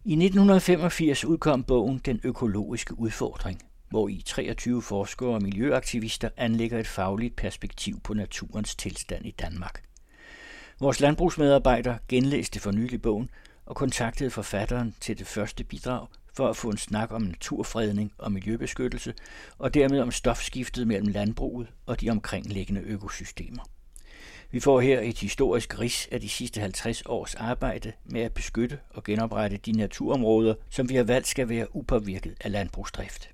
I 1985 udkom bogen Den økologiske udfordring, hvor i 23 forskere og miljøaktivister anlægger et fagligt perspektiv på naturens tilstand i Danmark. Vores landbrugsmedarbejdere genlæste for nylig bogen og kontaktede forfatteren til det første bidrag for at få en snak om naturfredning og miljøbeskyttelse, og dermed om stofskiftet mellem landbruget og de omkringliggende økosystemer. Vi får her et historisk rids af de sidste 50 års arbejde med at beskytte og genoprette de naturområder, som vi har valgt skal være upåvirket af landbrugsdrift.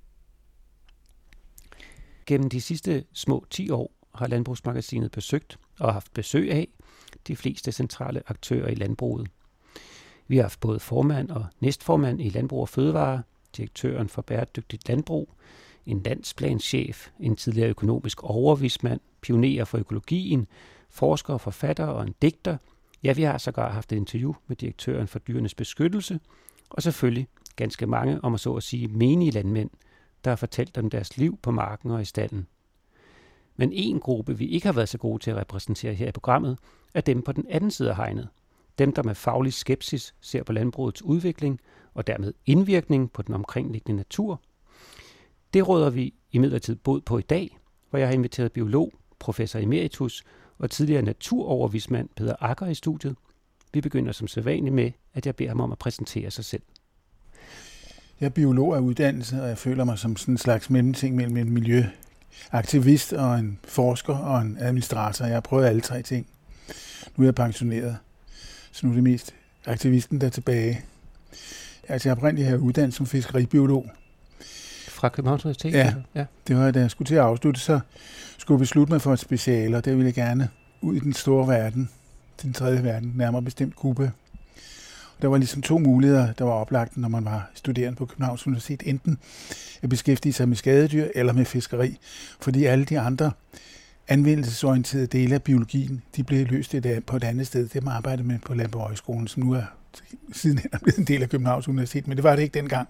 Gennem de sidste små 10 år har Landbrugsmagasinet besøgt og haft besøg af de fleste centrale aktører i landbruget. Vi har haft både formand og næstformand i Landbrug og Fødevare, direktøren for bæredygtigt landbrug, en landsplanschef, en tidligere økonomisk overvismand, pionerer for økologien, forskere, forfattere og en digter. Ja, vi har sågar haft et interview med direktøren for Dyrenes Beskyttelse, og selvfølgelig ganske mange, om at så at sige, menige landmænd, der har fortalt om deres liv på marken og i stalden. Men en gruppe, vi ikke har været så gode til at repræsentere her i programmet, er dem på den anden side af hegnet. Dem, der med faglig skepsis ser på landbrugets udvikling og dermed indvirkning på den omkringliggende natur. Det råder vi imidlertid bod på i dag, hvor jeg har inviteret biolog, professor emeritus og tidligere naturovervismand Peter Agger i studiet. Vi begynder som sædvanligt med, at jeg beder ham om at præsentere sig selv. Jeg er biolog af uddannelse, og jeg føler mig som sådan en slags mellemting mellem en miljøaktivist og en forsker og en administrator. Jeg har prøvet alle 3 ting. Nu er jeg pensioneret, så nu er det mest aktivisten, der er tilbage. Altså jeg oprindeligt her uddannelse som fiskeribiolog. Fra Københavns Universitet? Ja, det var da jeg skulle til at afslutte, så skulle jeg beslutte mig for et speciale, og det ville jeg gerne ud i den store verden, den tredje verden, nærmere bestemt Cuba. Der var ligesom 2 muligheder, der var oplagt, når man var studerende på Københavns Universitet. Enten at beskæftige sig med skadedyr eller med fiskeri, fordi alle de andre anvendelsesorienterede dele af biologien, de blev løst på et andet sted. Det man arbejdede med på Landbrugshøjskolen, som nu er sidenhen er blevet en del af Københavns Universitet, men det var det ikke dengang.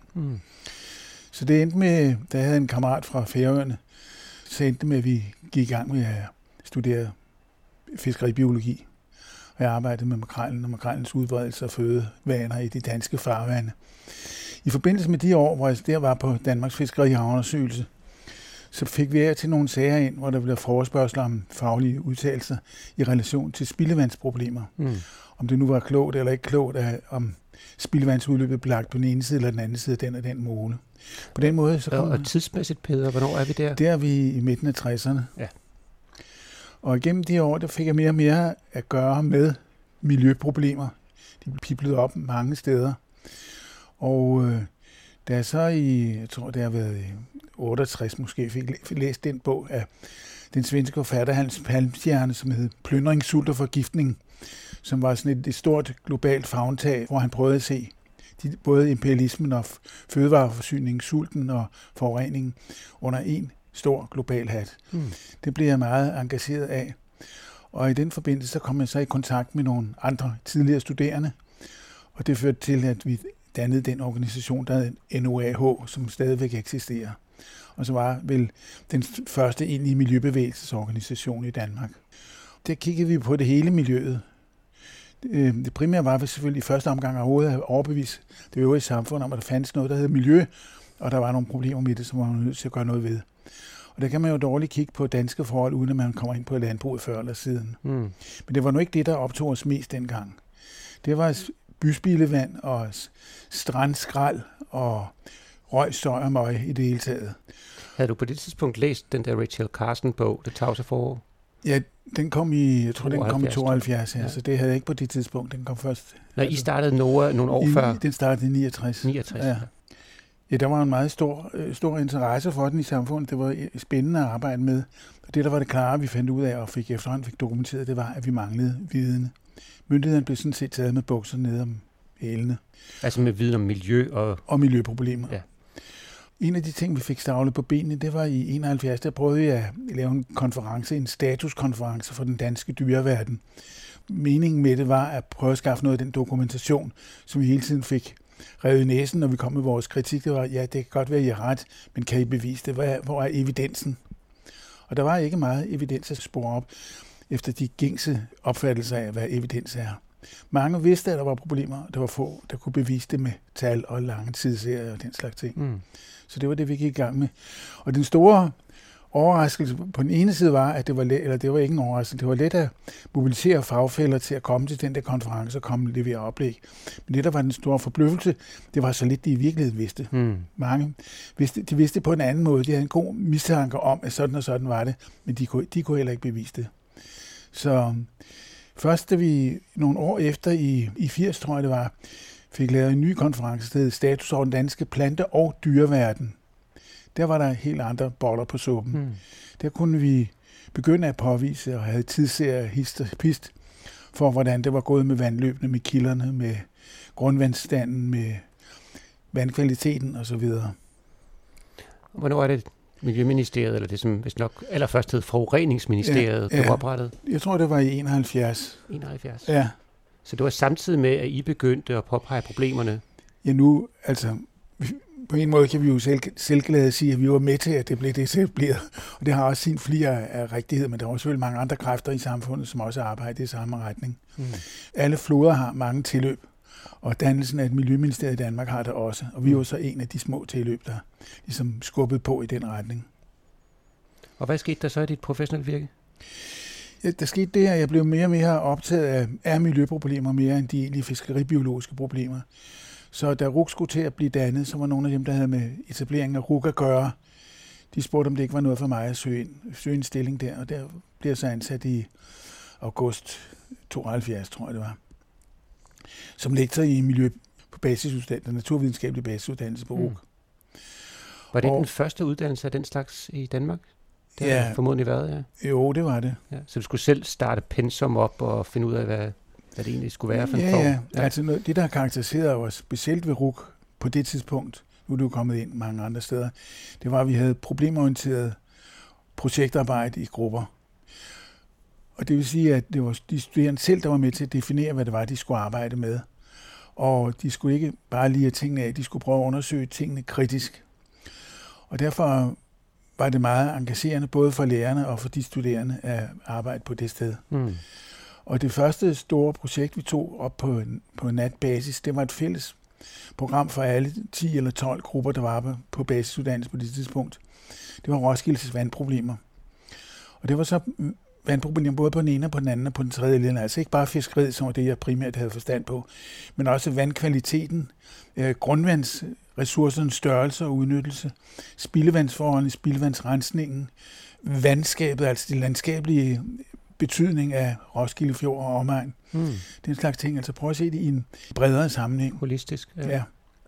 Så det endte med, da jeg havde en kammerat fra Færøerne, så endte det med, at vi gik i gang med at studere fiskeribiologi. Og jeg arbejdede med makrellen og makrellens udbredelse og fødevaner i de danske farvande. I forbindelse med de år, hvor jeg der var på Danmarks Fiskerihavneundersøgelse, så fik vi til nogle sager ind, hvor der blev forespørgsler om faglige udtalelser i relation til spildevandsproblemer. Om det nu var klogt eller ikke klogt, om spildevandsudløbet blev lagt på den ene side eller den anden side af den og den mole. På den måde så kom og tidsmæssigt, Peder, hvornår er vi der? Der er vi i midten af 60'erne. Ja. Og gennem de år, der fik jeg mere og mere at gøre med miljøproblemer. De piblede op mange steder. Og da jeg så jeg tror det har været i 68 måske, fik læst den bog af den svenske forfatter Hans Palmstierna, som hed Plyndring, sult og forgiftning, som var sådan et stort globalt favntag, hvor han prøvede at se både imperialismen og fødevareforsyningen, sulten og forureningen under en stor global hat. Det blev jeg meget engageret af. Og i den forbindelse så kom jeg så i kontakt med nogle andre tidligere studerende, og det førte til, at vi dannede den organisation, der hed NOAH, som stadigvæk eksisterer. Og så var vel den første egentlige miljøbevægelsesorganisation i Danmark. Der kiggede vi på det hele miljøet. Det primære var selvfølgelig i første omgang overhovedet at overbevise det øvrige samfund om, at der fandtes noget, der hed miljø, og der var nogle problemer med det, som man var nødt til at gøre noget ved. Og der kan man jo dårligt kigge på danske forhold, uden at man kommer ind på landbruget før eller siden. Men det var nu ikke det, der optog os mest dengang. Det var byspildevand og strandskrald og røg, støj og møg i det hele taget. Havde du på det tidspunkt læst den der Rachel Carson-bog, Det tavse forår? Ja, den kom i 72, ja. Så det havde jeg ikke på det tidspunkt. Den kom først. Når I startede nogle år før? Den startede i 69. Ja. Ja, der var en meget stor interesse for den i samfundet. Det var spændende at arbejde med. Og det, der var det klare, vi fandt ud af og efterhånden fik dokumenteret, det var, at vi manglede viden. Myndighederne blev sådan set taget med bukser ned om hælene. Altså med viden om miljø og miljøproblemer. Ja. En af de ting, vi fik stavlet på benene, det var i 71, der prøvede vi at lave en konference, en statuskonference for den danske dyreverden. Meningen med det var at prøve at skaffe noget af den dokumentation, som vi hele tiden fik revet i næsen, når vi kom med vores kritik. Det var, ja, det kan godt være, at I har ret, men kan I bevise det? Hvor er evidensen? Og der var ikke meget evidens at spore op, efter de gængse opfattelser af, hvad evidens er. Mange vidste, at der var problemer, og der var få, der kunne bevise det med tal og lange tidsserier og den slags ting. Så det var det, vi gik i gang med. Og den store overraskelse på den ene side var, at det var ikke en overraskelse, det var let at mobilisere fagfæller til at komme til den der konference og komme og levere oplæg. Men det, der var den store forbløffelse, det var så lidt, de i virkeligheden vidste. Mange de vidste på en anden måde. De havde en god mistanke om, at sådan og sådan var det, men de kunne heller ikke bevise det. Så først, da vi nogle år efter i 80, tror jeg det var, fik lavet en ny konference, der hed Status over den danske plante- og dyreverden. Der var der helt andre boller på suppen. Der kunne vi begynde at påvise og have tidsserier hist og pist for, hvordan det var gået med vandløbene, med kilderne, med grundvandsstanden, med vandkvaliteten osv. Hvornår er det Miljøministeriet, eller det som hvis nok allerførst hed Forureningsministeriet, blev oprettet? Jeg tror, det var i 71. 71? Ja. Så det var samtidig med, at I begyndte at påpege problemerne? Ja, nu, altså, på en måde kan vi jo selvglade sige, at vi var med til, at det blev det etableret. Og det har også sin flere af rigtighed, men der er også selvfølgelig mange andre kræfter i samfundet, som også arbejder i samme retning. Alle floder har mange tilløb, og dannelsen af et miljøministerium i Danmark har det også. Og vi var så en af de små tilløb, der ligesom skubbede på i den retning. Og hvad skete der så i dit professionelle virke? Ja, der skete det, at jeg blev mere og mere optaget af miljøproblemer, mere end de egentlige fiskeribiologiske problemer. Så da RUC skulle til at blive dannet, så var nogle af dem, der havde med etableringen af RUC at gøre, de spurgte, om det ikke var noget for mig at søge en stilling der, og der blev jeg så ansat i august 72, tror jeg det var, som lektor i miljø på basisuddannelse, naturvidenskabelig basisuddannelse på RUC. Var det den første uddannelse af den slags i Danmark? Det har formodentlig været, ja. Jo, det var det. Ja, så du skulle selv starte pensum op og finde ud af, hvad det egentlig skulle være for en form? Ja. Altså det, der karakteriserede os specielt ved RUC på det tidspunkt, nu er det jo kommet ind mange andre steder, det var, at vi havde problemorienteret projektarbejde i grupper. Og det vil sige, at det var de studerende selv, der var med til at definere, hvad det var, de skulle arbejde med. Og de skulle ikke bare lide tingene af, de skulle prøve at undersøge tingene kritisk. Og derfor var det meget engagerende, både for lærerne og for de studerende, at arbejde på det sted. Og det første store projekt, vi tog op på natbasis, det var et fælles program for alle 10 eller 12 grupper, der var på basisuddannelse på det tidspunkt. Det var Roskildes vandproblemer. Og det var så vandproblemer både på den ene og på den anden og på den tredje linje. Altså ikke bare fiskeriet, som var det, jeg primært havde forstand på, men også vandkvaliteten, grundvandsressourcernes størrelse og udnyttelse, spildevandsforholdene, spildevandsrensningen, vandskabet, altså de landskabelige betydning af Roskilde Fjord og omegn. Det er en slags ting. Altså prøv at se det i en bredere sammenhæng. Holistisk. Ja.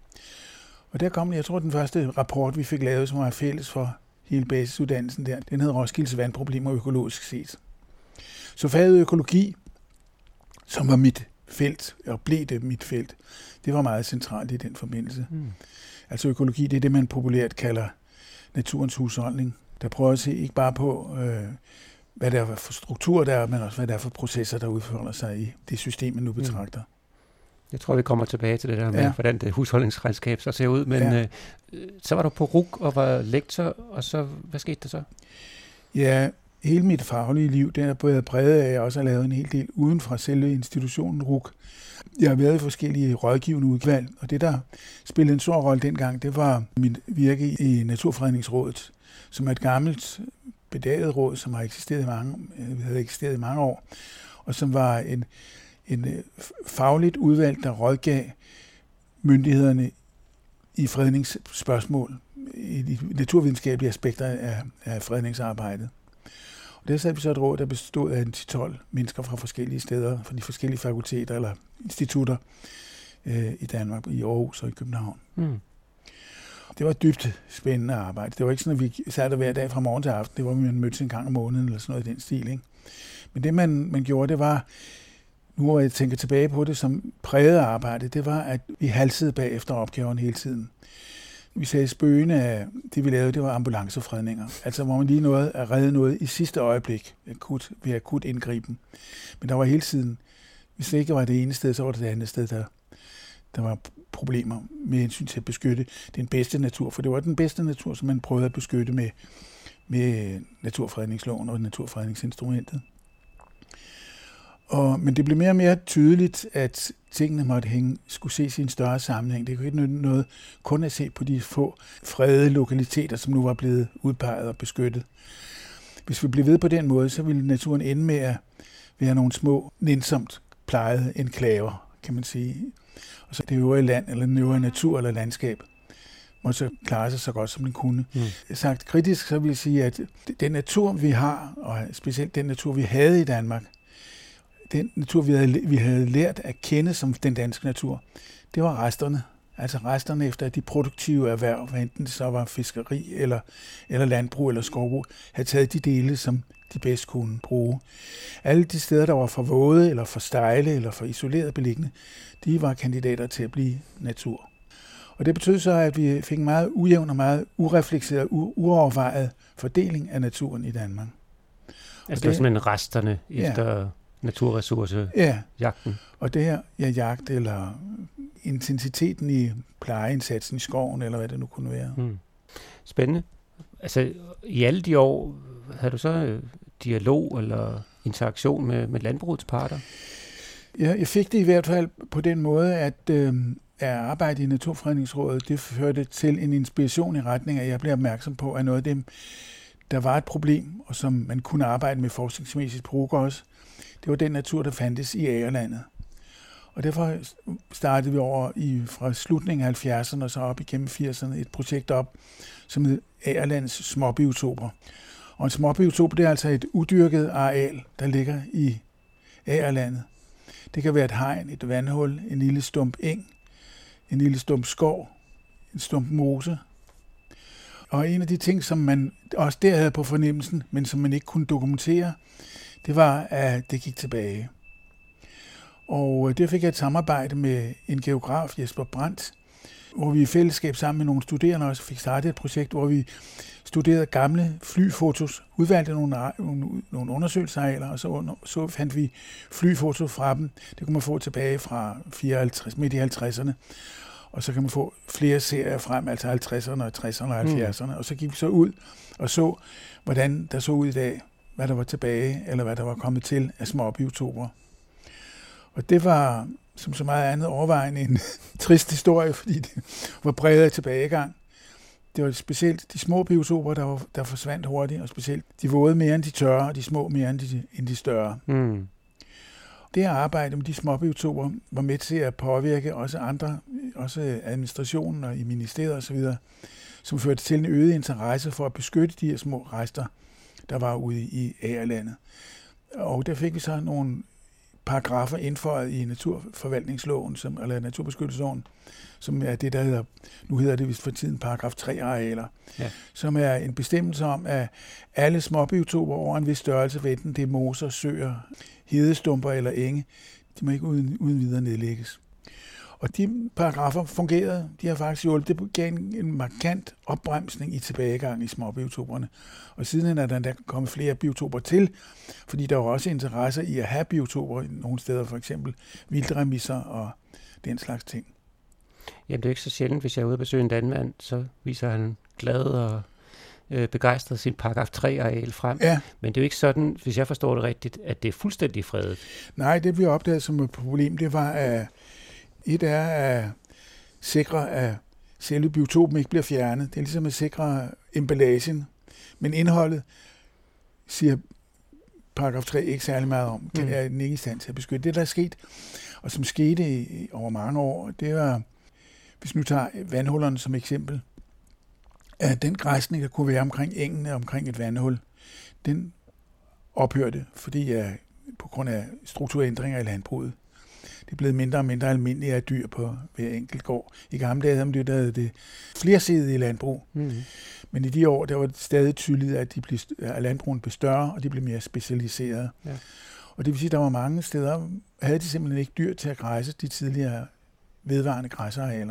Og der kom, jeg tror, den første rapport, vi fik lavet, som var fælles for hele basisuddannelsen der, den hed Roskildes vandproblemer økologisk set. Så faget økologi, som var mit felt, og blev det mit felt, det var meget centralt i den forbindelse. Altså økologi, det er det, man populært kalder naturens husholdning. Der prøver at se ikke bare på, hvad det er for struktur der er, men også hvad det er for processer, der udfolder sig i det system, man nu betragter. Jeg tror, vi kommer tilbage til det der med, hvordan det husholdningsregnskab så ser ud. Men så var du på RUC og var lektor, og så, hvad skete der så? Ja, hele mit faglige liv, det er både præget af, at jeg også har lavet en hel del uden fra selve institutionen RUC. Jeg har været i forskellige rådgivende udvalg, og det, der spillede en stor rolle dengang, det var mit virke i Naturfredningsrådet, som er et gammelt bedaget råd, som havde eksisteret i mange år, og som var en fagligt udvalg, der rådgav myndighederne i fredningsspørgsmål, i de naturvidenskabelige aspekter af fredningsarbejdet. Og der satte vi så et råd, der bestod af 10-12 mennesker fra forskellige steder, fra de forskellige fakulteter eller institutter i Danmark, i Aarhus og i København. Det var dybt spændende arbejde. Det var ikke sådan, at vi sad der hver dag fra morgen til aften. Det var, at man mødtes en gang om måneden eller sådan noget i den stil. Ikke? Men det, man gjorde, det var, nu hvor jeg tænker tilbage på det som prægede arbejde, det var, at vi halsede bagefter opgaven hele tiden. Vi sagde spøgende af det, vi lavede, det var ambulancefredninger. Altså, hvor man lige nåede at redde noget i sidste øjeblik ved akut indgriben. Men der var hele tiden, hvis det ikke var det ene sted, så var det det andet sted, der var problemer med hensyn til at beskytte den bedste natur. For det var den bedste natur, som man prøvede at beskytte med naturfredningsloven og naturfredningsinstrumentet. Men det blev mere og mere tydeligt, at tingene skulle ses i en større sammenhæng. Det kunne ikke nytte noget kun at se på de få fredede lokaliteter, som nu var blevet udpeget og beskyttet. Hvis vi blev ved på den måde, så ville naturen ende med at være nogle små, nænsomt plejede enklaver, kan man sige. Og så det øvrige land, eller den øvrige natur eller landskab, måtte så klare sig så godt, som den kunne. Sagt kritisk, så vil jeg sige, at den natur, vi har, og specielt den natur, vi havde i Danmark, den natur, vi havde lært at kende som den danske natur, det var resterne. Altså resterne efter de produktive erhverv, hvad enten det så var fiskeri eller landbrug eller skovbrug, havde taget de dele, som de bedst kunne bruge. Alle de steder, der var for våde eller for stejle eller for isoleret beliggende, de var kandidater til at blive natur. Og det betød så, at vi fik en meget ujævn og meget ureflekseret, uovervejet fordeling af naturen i Danmark. Altså det var simpelthen resterne efter naturressourcejagten. Og det her jagt eller intensiteten i plejeindsatsen i skoven, eller hvad det nu kunne være. Spændende. Altså i alle de år, havde du så dialog eller interaktion med landbrugets parter? Ja, jeg fik det i hvert fald på den måde, at arbejde i Naturfredningsrådet, det førte til en inspiration i retning af, at jeg blev opmærksom på, at noget af dem, der var et problem, og som man kunne arbejde med forskningsmæssigt på også, det var den natur, der fandtes i Agerlandet. Og derfor startede vi fra slutningen af 70'erne og så op igennem 80'erne et projekt op, som hed Agerlandets småbiotoper. Og en småbiotop, det er altså et udyrket areal, der ligger i Agerlandet. Det kan være et hegn, et vandhul, en lille stump eng, en lille stump skov, en stump mose. Og en af de ting, som man også der havde på fornemmelsen, men som man ikke kunne dokumentere, det var, at det gik tilbage. Og der fik jeg et samarbejde med en geograf, Jesper Brandt, hvor vi i fællesskab sammen med nogle studerende også fik startet et projekt, hvor vi studerede gamle flyfotos, udvalgte nogle undersøgelsesarealer, og så fandt vi flyfoto fra dem. Det kunne man få tilbage fra 54, midt i 50'erne. Og så kan man få flere serier frem, altså 50'erne og 60'erne og 70'erne. Og så gik vi så ud og så, hvordan der så ud i dag, hvad der var tilbage, eller hvad der var kommet til af små biotoper. Og det var, som så meget andet, overvejende en trist historie, fordi det var præget af tilbagegang. Det var specielt de små biotoper, der forsvandt hurtigt, og specielt de våde mere end de tørre, og de små mere end de større. Det her arbejde med de små biotoper var med til at påvirke også andre, også administrationen og i ministeriet osv., som førte til en øget interesse for at beskytte de her små rester, der var ude i Agerlandet. Og der fik vi så nogle paragrafer indføjet i naturforvaltningsloven, eller naturbeskyttelsesloven, som er det, der hedder, nu hedder det vist for tiden paragraf 3-arealer, som er en bestemmelse om, at alle småbiotoper over en vis størrelse, enten det er moser, søer, hedestumper eller enge, de må ikke uden videre nedlægges. Og de paragrafer fungerede, de har faktisk hjulpet, det gav en markant opbremsning i tilbagegang i småbiotoperne. Og siden er der kommet flere biotoper til, fordi der var også interesser i at have biotoper i nogle steder, for eksempel vildremisser og den slags ting. Jamen det er ikke så sjældent, hvis jeg er ude og besøge en landmand, så viser han glad og begejstret sin paragraf 3-areal frem. Ja. Men det er jo ikke sådan, hvis jeg forstår det rigtigt, at det er fuldstændig fredet. Nej, det vi opdagede som et problem, det var, at et er at sikre, at selve biotopen ikke bliver fjernet. Det er ligesom at sikre emballagen. Men indholdet siger paragraf 3 ikke særlig meget om. Det er den ikke i stand til at beskytte. Det, der er sket, og som skete over mange år, det var, hvis nu tager vandhullerne som eksempel, at den græsning, der kunne være omkring engene, omkring et vandhul, den ophørte, fordi på grund af strukturændringer i landbruget. Det er blevet mindre og mindre almindeligt af dyr på hver enkelt gård. I gamle dage havde det flersidige landbrug. Men i de år, der var det stadig tydeligt, at landbrugen blev større, og de blev mere specialiserede. Ja. Og det vil sige, at der var mange steder, havde de simpelthen ikke dyr til at græsse de tidligere vedvarende græsarealer.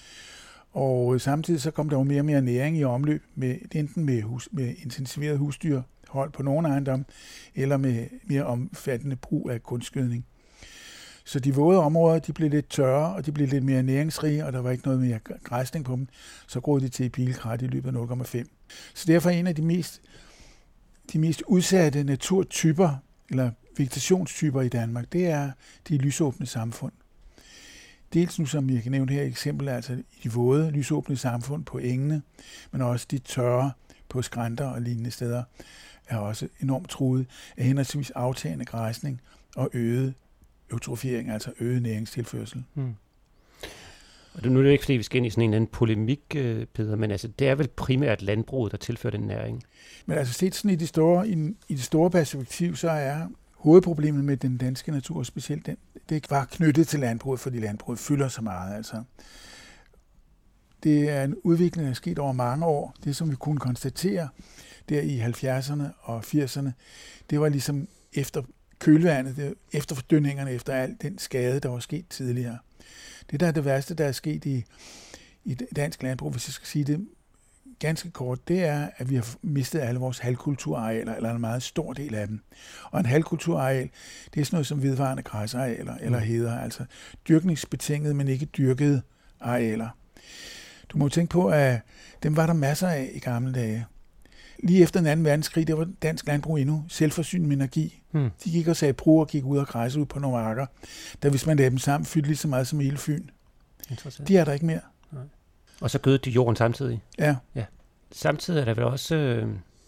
Og samtidig så kom der jo mere og mere næring i omløb, enten med intensiveret husdyrhold på nogle ejendomme, eller med mere omfattende brug af kunstgødning. Så de våde områder, de blev lidt tørre, og de blev lidt mere næringsrige, og der var ikke noget mere græsning på dem. Så groede de til i pilekrat i løbet af 0,5. Så derfor en af de mest udsatte naturtyper eller vegetationstyper i Danmark, det er de lysåbne samfund. Dels nu, som jeg kan nævne her eksempel, altså de våde, lysåbne samfund på engene, men også de tørre på skrænter og lignende steder, er også enormt truet af henholdsvis aftagende græsning og øget eutrofiering, altså øget næringstilførsel. Og nu er det ikke, fordi vi skal ind i sådan en eller anden polemik, Peder, men altså, det er vel primært landbruget, der tilfører den næring. Men altså set sådan i det store perspektiv, så er hovedproblemet med den danske natur, specielt det var knyttet til landbruget, fordi landbruget fylder så meget. Altså. Det er en udvikling, der er sket over mange år. Det, som vi kunne konstatere der i 70'erne og 80'erne, det var ligesom efter kølvandet, efter fordønningerne, efter al den skade, der var sket tidligere. Det, der er det værste, der er sket i dansk landbrug, hvis jeg skal sige det ganske kort, det er, at vi har mistet alle vores halvkulturarealer, eller en meget stor del af dem. Og en halvkulturareal, det er sådan noget som vedvarende græsarealer, eller heder, altså dyrkningsbetingede, men ikke dyrkede arealer. Du må tænke på, at dem var der masser af i gamle dage. Lige efter den 2. verdenskrig, der var dansk landbrug endnu selvforsynende med energi. De gik og sagde brug og gik ud og græsse ud på nogle marker, der hvis man lagde dem sammen, fyldte lige så meget som hele Fyn. De er der ikke mere. Nej. Og så gødede de jorden samtidig? Ja. Samtidig er der vel også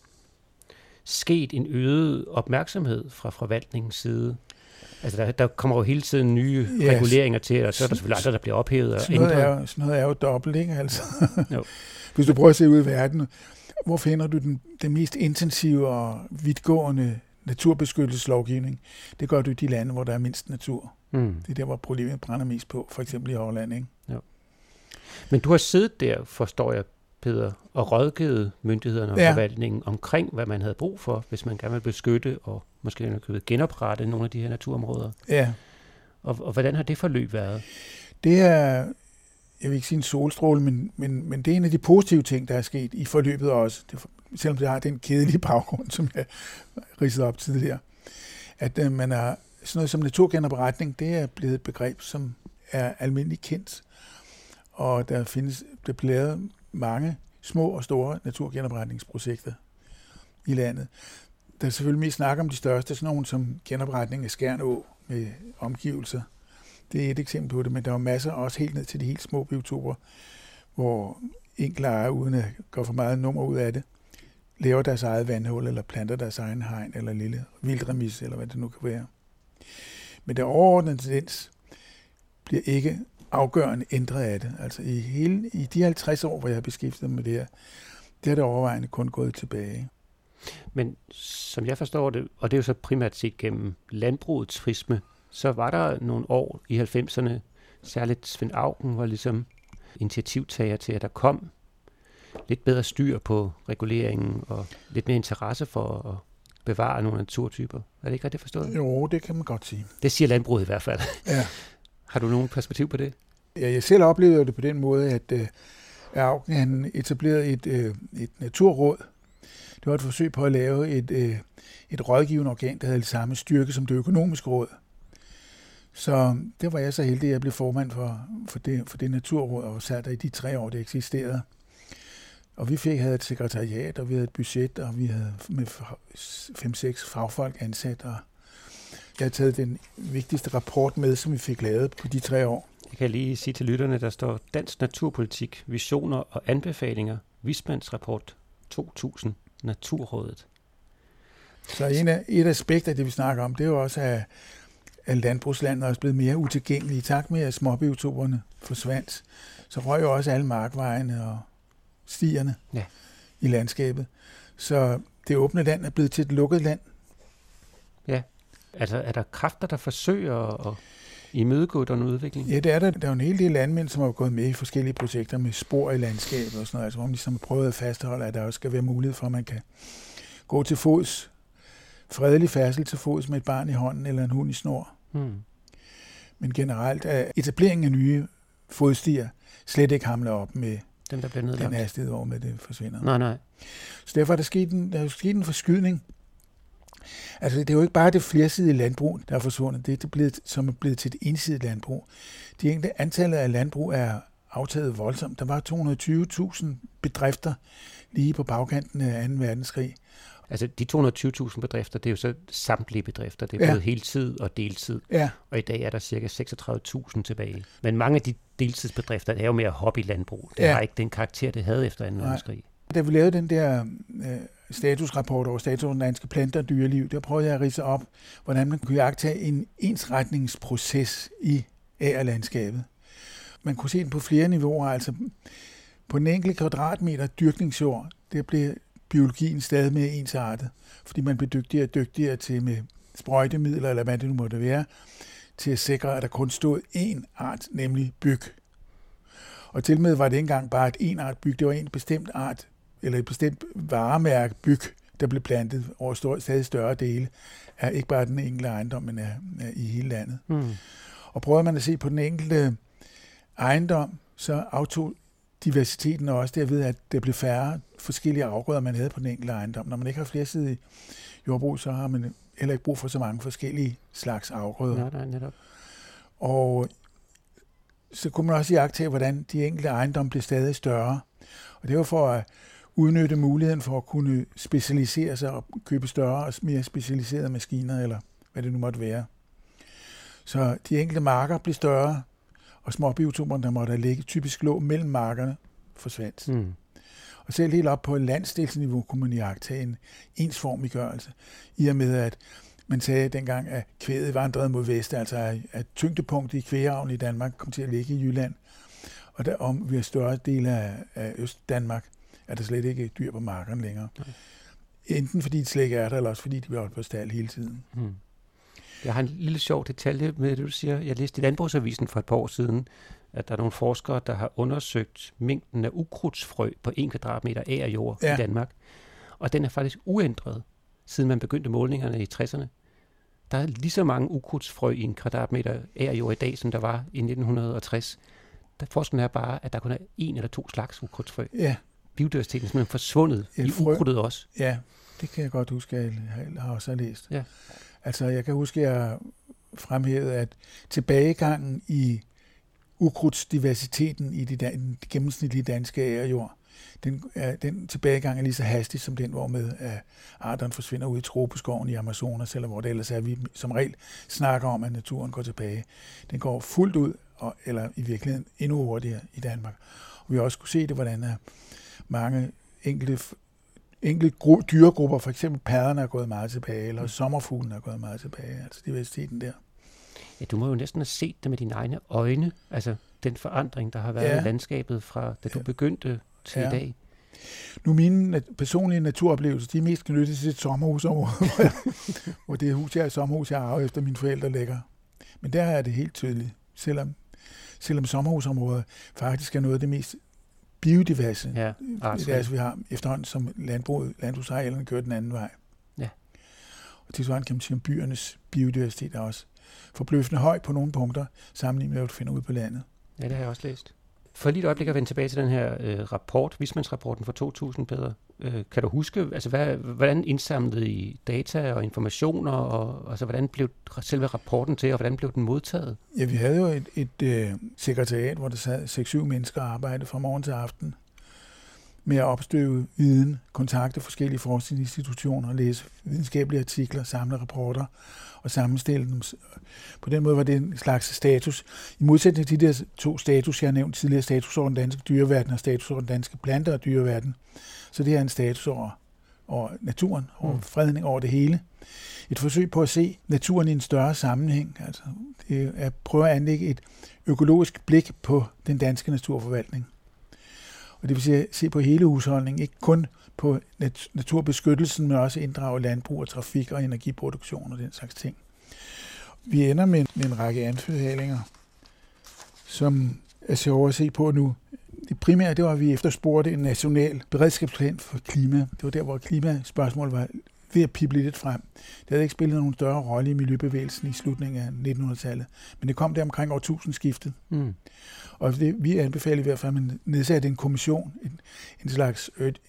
sket en øget opmærksomhed fra forvaltningens side. Altså der kommer jo hele tiden nye reguleringer til, og så er der selvfølgelig andre, der bliver ophævet og ændret. Sådan noget er jo dobbelt, ikke? Altså. Hvis du prøver at se ud i verden, hvor finder du den mest intensive og vidtgående naturbeskyttelseslovgivning? Det gør du i de lande, hvor der er mindst natur. Det er der, hvor problemet brænder mest på, for eksempel i Holland, ikke? Jo. Men du har siddet der, forstår jeg, Peder, og rådgivet myndighederne og forvaltningen omkring, hvad man havde brug for, hvis man gerne vil beskytte og måske genoprette nogle af de her naturområder. Ja. Og hvordan har det forløb været? Det er, jeg vil ikke sige en solstråle, men det er en af de positive ting, der er sket i forløbet også. Selvom det har den kedelige baggrund, som jeg ridsede op tidligere. At man er sådan noget som naturgenopretning, det er blevet et begreb, som er almindeligt kendt. Og der bliver lavet mange små og store naturgenopretningsprojekter i landet. Der er selvfølgelig mest snak om de største, sådan nogle som genopretning af Skjern Å med omgivelser. Det er et eksempel på det, men der er masser også helt ned til de helt små biotoper, hvor enkelte ejere, uden at gå for meget nummer ud af det, laver deres eget vandhul, eller planter deres egen hegn, eller lille vildremis, eller hvad det nu kan være. Men der overordnede tendens bliver ikke afgørende ændret af det. Altså i de 50 år, hvor jeg har beskæftiget mig med det her, det er det overvejende kun gået tilbage. Men som jeg forstår det, og det er jo så primært set gennem landbrugets prisme, så var der nogle år i 90'erne, særligt Svend Auken var ligesom initiativtager til, at der kom lidt bedre styr på reguleringen og lidt mere interesse for at bevare nogle naturtyper. Er det ikke rigtigt forstået? Jo, det kan man godt sige. Det siger landbruget i hvert fald. Ja. Har du nogen perspektiv på det? Ja, jeg selv oplevede det på den måde, at Auken han etablerede et naturråd. Det var et forsøg på at lave et rådgivende organ, der havde det samme styrke som det økonomiske råd. Så det var jeg så heldig, at jeg blev formand for det naturråd, og sad der i de 3 år, det eksisterede. Og vi havde et sekretariat, og vi havde et budget, og vi havde med 5-6 fagfolk ansat, og jeg har taget den vigtigste rapport med, som vi fik lavet på de 3 år. Jeg kan lige sige til lytterne, der står Dansk Naturpolitik, Visioner og Anbefalinger, Vismandsrapport 2000, Naturrådet. Så et aspekt af det, vi snakker om, det er jo også, at landbrugslandet er også blevet mere utilgængeligt. I takt med, at småbiotoperne forsvandt, så røg jo også alle markvejene og stierne i landskabet. Så det åbne land er blevet til et lukket land. Ja, altså er der kræfter, der forsøger at imødegå den udvikling? Ja, det er der. Der er jo en hel del landmænd, som har gået med i forskellige projekter med spor i landskabet og sådan noget, altså hvor man ligesom har prøvet at fastholde, at der også skal være mulighed for, at man kan gå til fods, fredelig færdsel til fods med et barn i hånden eller en hund i snor. Men generelt er etableringen af nye fodstier slet ikke hamlet op med dem, der bliver nedlagt. Den hastighed, hvor med det forsvinder. Nej. Så derfor er der er sket en forskydning. Altså, det er jo ikke bare det flersidige landbrug, der er forsvundet. Det er som er blevet til et ensidigt landbrug. De enkelte antallet af landbrug er aftaget voldsomt. Der var 220.000 bedrifter lige på bagkanten af 2. verdenskrig. Altså de 220.000 bedrifter, det er jo så samtlige bedrifter. Det er både heltid og deltid. Ja. Og i dag er der cirka 36.000 tilbage. Men mange af de deltidsbedrifter er jo mere hobbylandbrug. Det har ikke den karakter, det havde efter 2. verdenskrig. Da vi lavede den der statusrapport over status over danske planter og dyreliv, der prøvede jeg at ridse op, hvordan man kunne iagttage en ensretningsproces i agerlandskabet. Man kunne se den på flere niveauer, altså på den enkelte kvadratmeter dyrkningsjord, der blev biologien stadig mere ensartet, fordi man blev dygtigere og dygtigere til med sprøjtemidler, eller hvad det nu måtte være, til at sikre, at der kun stod én art, nemlig byg. Og til med var det ikke engang bare et én art byg, det var en bestemt art, eller et bestemt varemærke byg, der blev plantet over stadig større dele af ikke bare den enkelte ejendom, men af i hele landet. Og prøvede man at se på den enkelte ejendom, så aftog diversiteten også derved, at der blev færre forskellige afgrøder, man havde på den enkelte ejendom. Når man ikke har flersidige jordbrug, så har man heller ikke brug for så mange forskellige slags afgrøder. Nej, netop. Og så kunne man også iagttage, hvordan de enkelte ejendomme blev stadig større. Og det var for at udnytte muligheden for at kunne specialisere sig og købe større og mere specialiserede maskiner, eller hvad det nu måtte være. Så de enkelte marker blev større, og småbiotoperne, der måtte ligge, typisk lå mellem markerne, forsvandt. Og selv helt op på et landsdelsniveau kunne man iagttage en ensformiggørelse, i og med at man sagde dengang, at kvæget vandrede mod vest, altså at tyngdepunktet i kvægeavlen i Danmark kom til at ligge i Jylland, og der om vi har større dele af Øst-Danmark, er der slet ikke dyr på markerne længere. Enten fordi de slet ikke er der, eller også fordi de bliver holdt på stald hele tiden. Jeg har en lille sjov detalje med det, du siger. Jeg læste i Landbrugsavisen for et par år siden, at der er nogle forskere, der har undersøgt mængden af ukrudtsfrø på 1 kvadratmeter agerjord i Danmark. Og den er faktisk uændret, siden man begyndte målingerne i 60'erne. Der er lige så mange ukrudtsfrø i 1 kvadratmeter agerjord i dag, som der var i 1960. Forskellen er bare, at der kun er 1 eller 2 slags ukrudtsfrø. Ja. Biodiversiteten er simpelthen forsvundet i ukrudtet også. Ja, det kan jeg godt huske, jeg har også læst. Ja. Altså, jeg kan huske, at jeg fremhævede, at tilbagegangen i ukrudtsdiversiteten i den gennemsnitlige danske agerjord, den tilbagegang er lige så hastig som den, hvor med arterne forsvinder ud i tropeskoven i Amazonas, eller hvor det ellers er, vi som regel snakker om, at naturen går tilbage. Den går fuldt ud, eller i virkeligheden endnu hurtigere i Danmark. Og vi har også kunne se det, hvordan mange enkelte dyregrupper, for eksempel padderne, er gået meget tilbage, eller sommerfuglen er gået meget tilbage, altså diversiteten der. Ja, du må jo næsten have set det med dine egne øjne, altså den forandring, der har været i landskabet fra, da du begyndte til i dag. Nu mine personlige naturoplevelser, de er mest knyttet til et sommerhusområde, hvor det hus, sommerhus, jeg arvede efter mine forældre ligger. Men der er det helt tydeligt, selvom sommerhusområdet faktisk er noget af det mest biodiverse, vi har efterhånden, som landbrugsarealerne kører den anden vej. Ja. Og tilsvarende kan man sige, om byernes biodiversitet er også forbløffende høj på nogle punkter, sammenlignet med, hvad du finder ude på landet. Ja, det har jeg også læst. For lige et øjeblik at vende tilbage til den her rapport, Vismandsrapporten fra 2000, Peder. Kan du huske, altså hvordan indsamlede I data og informationer, og altså hvordan blev selve rapporten til, og hvordan blev den modtaget? Ja, vi havde jo et sekretariat, hvor der sad 6-7 mennesker og arbejdede fra morgen til aften med at opstøve viden, kontakte forskellige forskningsinstitutioner, læse videnskabelige artikler, samle rapporter og sammenstille dem. På den måde var det en slags status. I modsætning til de der 2 status, jeg har nævnt tidligere, status over den danske dyreverden og status over den danske planter- og dyreverden, så det er en status over naturen, over fredning over det hele. Et forsøg på at se naturen i en større sammenhæng, altså det er at prøve at anlægge et økologisk blik på den danske naturforvaltning. Og det vil sige se på hele husholdningen, ikke kun på naturbeskyttelsen, men også inddrage landbrug og trafik og energiproduktion og den slags ting. Vi ender med en række anbefalinger, som er sjovere at se på nu. Det primære, det var, at vi efterspurgte en national beredskabsplan for klima. Det var der, hvor klimaspørgsmålet var ved at pible lidt frem. Det havde ikke spillet nogen større rolle i miljøbevægelsen i slutningen af 1900-tallet, men det kom der omkring årtusindskiftet. Og vi anbefalede i hvert fald, at man nedsatte en kommission, en slags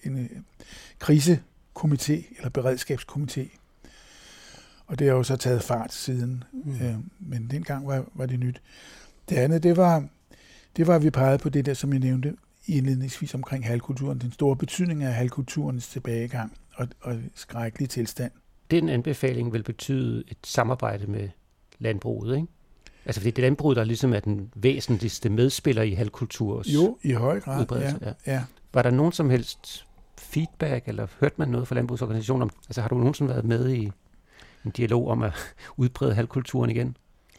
krisekomité eller beredskabskomité. Og det har jo så taget fart siden, men dengang var det nyt. Det andet, det var, at vi pegede på det der, som jeg nævnte indledningsvis omkring halvkulturen, den store betydning af halvkulturens tilbagegang, og skrækkelig tilstand. Den anbefaling vil betyde et samarbejde med landbruget, ikke? Altså fordi det er landbruget, der ligesom er den væsentligste medspiller i halvkulturs Jo, i høj grad, udbredelse. ja. Var der nogen som helst feedback, eller hørte man noget fra landbrugsorganisationen om? Altså har du nogensinde været med i en dialog om at udbrede halvkulturen igen?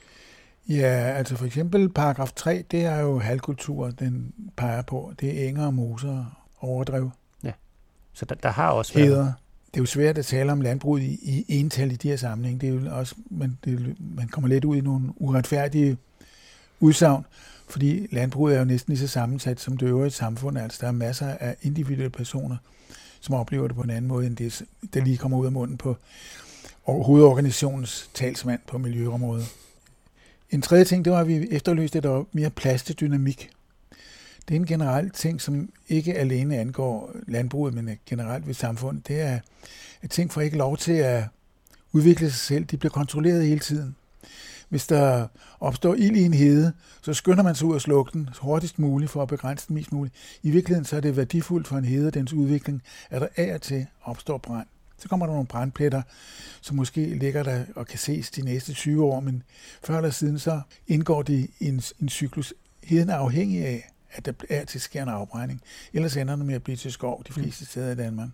Ja, altså for eksempel paragraf 3, det er jo halvkultur, den peger på. Det er enger og moser og overdrev. Ja, så der har også været... Heder. Det er jo svært at tale om landbruget i ental i de her sammenhæng. Det er jo også, man kommer lidt ud i nogle uretfærdige udsagn, fordi landbruget er jo næsten lige så sammensat som det øvrige samfund. Altså der er masser af individuelle personer, som oplever det på en anden måde, end det, der lige kommer ud af munden på hovedorganisationens talsmand på miljøområdet. En tredje ting, det var, at vi efterlyste, at der var mere plads til dynamik. Det er en generel ting, som ikke alene angår landbruget, men generelt ved samfundet. Det er, at ting får ikke lov til at udvikle sig selv. De bliver kontrolleret hele tiden. Hvis der opstår ild i en hede, så skynder man sig ud og slukke den hurtigst muligt for at begrænse den mest muligt. I virkeligheden så er det værdifuldt for en hede og dens udvikling, at der af og til opstår brand. Så kommer der nogle brandpletter, som måske ligger der og kan ses de næste 20 år, men før eller siden så indgår det i en cyklus. Heden er afhængig af, at der er til sker en afbrænding. Ellers ender det med at blive til skov de fleste steder i Danmark.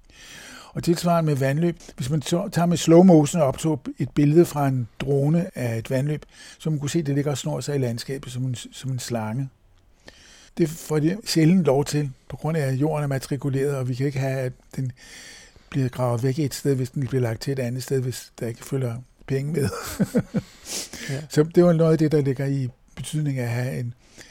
Og tilsvarende med vandløb. Hvis man tager med slow motion og optog et billede fra en drone af et vandløb, så man kunne se, at det ligger og snor sig i landskabet som en slange. Det får de sjældent lov til, på grund af at jorden er matrikuleret, og vi kan ikke have, at den bliver gravet væk et sted, hvis den bliver lagt til et andet sted, hvis der ikke følger penge med. Ja. Så det var noget af det, der ligger i betydning af at have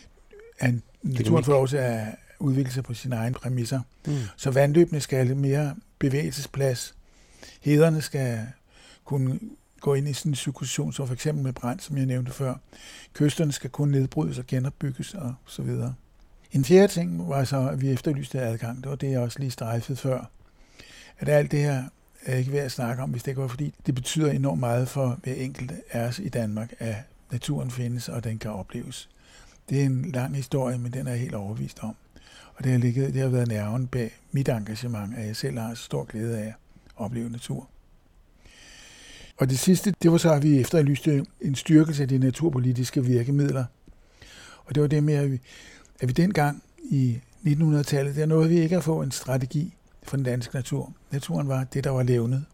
en naturen får lov til at udvikle sig på sine egne præmisser. Så vandløbene skal have mere bevægelsesplads. Hederne skal kunne gå ind i sådan en cirkulation, så for eksempel med brand, som jeg nævnte før. Kysterne skal kunne nedbrydes og genopbygges og så videre. En fjerde ting var så, at vi efterlyste adgang. Det var det, jeg også lige strejfede før. At alt det her er ikke værd at snakke om, hvis det ikke var, fordi det betyder enormt meget for hver enkelt af os i Danmark, at naturen findes, og den kan opleves. Det er en lang historie, men den er jeg helt overbevist om. Og det har været nerven bag mit engagement, at jeg selv har stor glæde af at opleve natur. Og det sidste, det var så, at vi efterlyste en styrkelse af de naturpolitiske virkemidler. Og det var det med, at vi dengang i 1900-tallet, der nåede vi ikke at få en strategi for den danske natur. Naturen var det, der var levnet.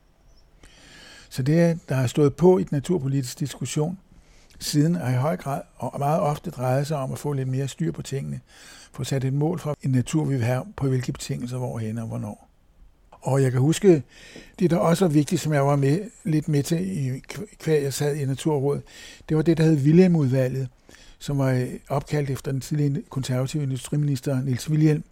Så det, der har stået på i den naturpolitiske diskussion, siden har i høj grad og meget ofte drejet sig om at få lidt mere styr på tingene. Få sat et mål for en natur, vi vil have, på hvilke betingelser, hvorhen og hvornår. Og jeg kan huske, det der også var vigtigt, som jeg var lidt med til, hver jeg sad i Naturrådet, det var det, der hed Wilhelm-udvalget, som var opkaldt efter den tidligere konservative industriminister Niels Wilhelm.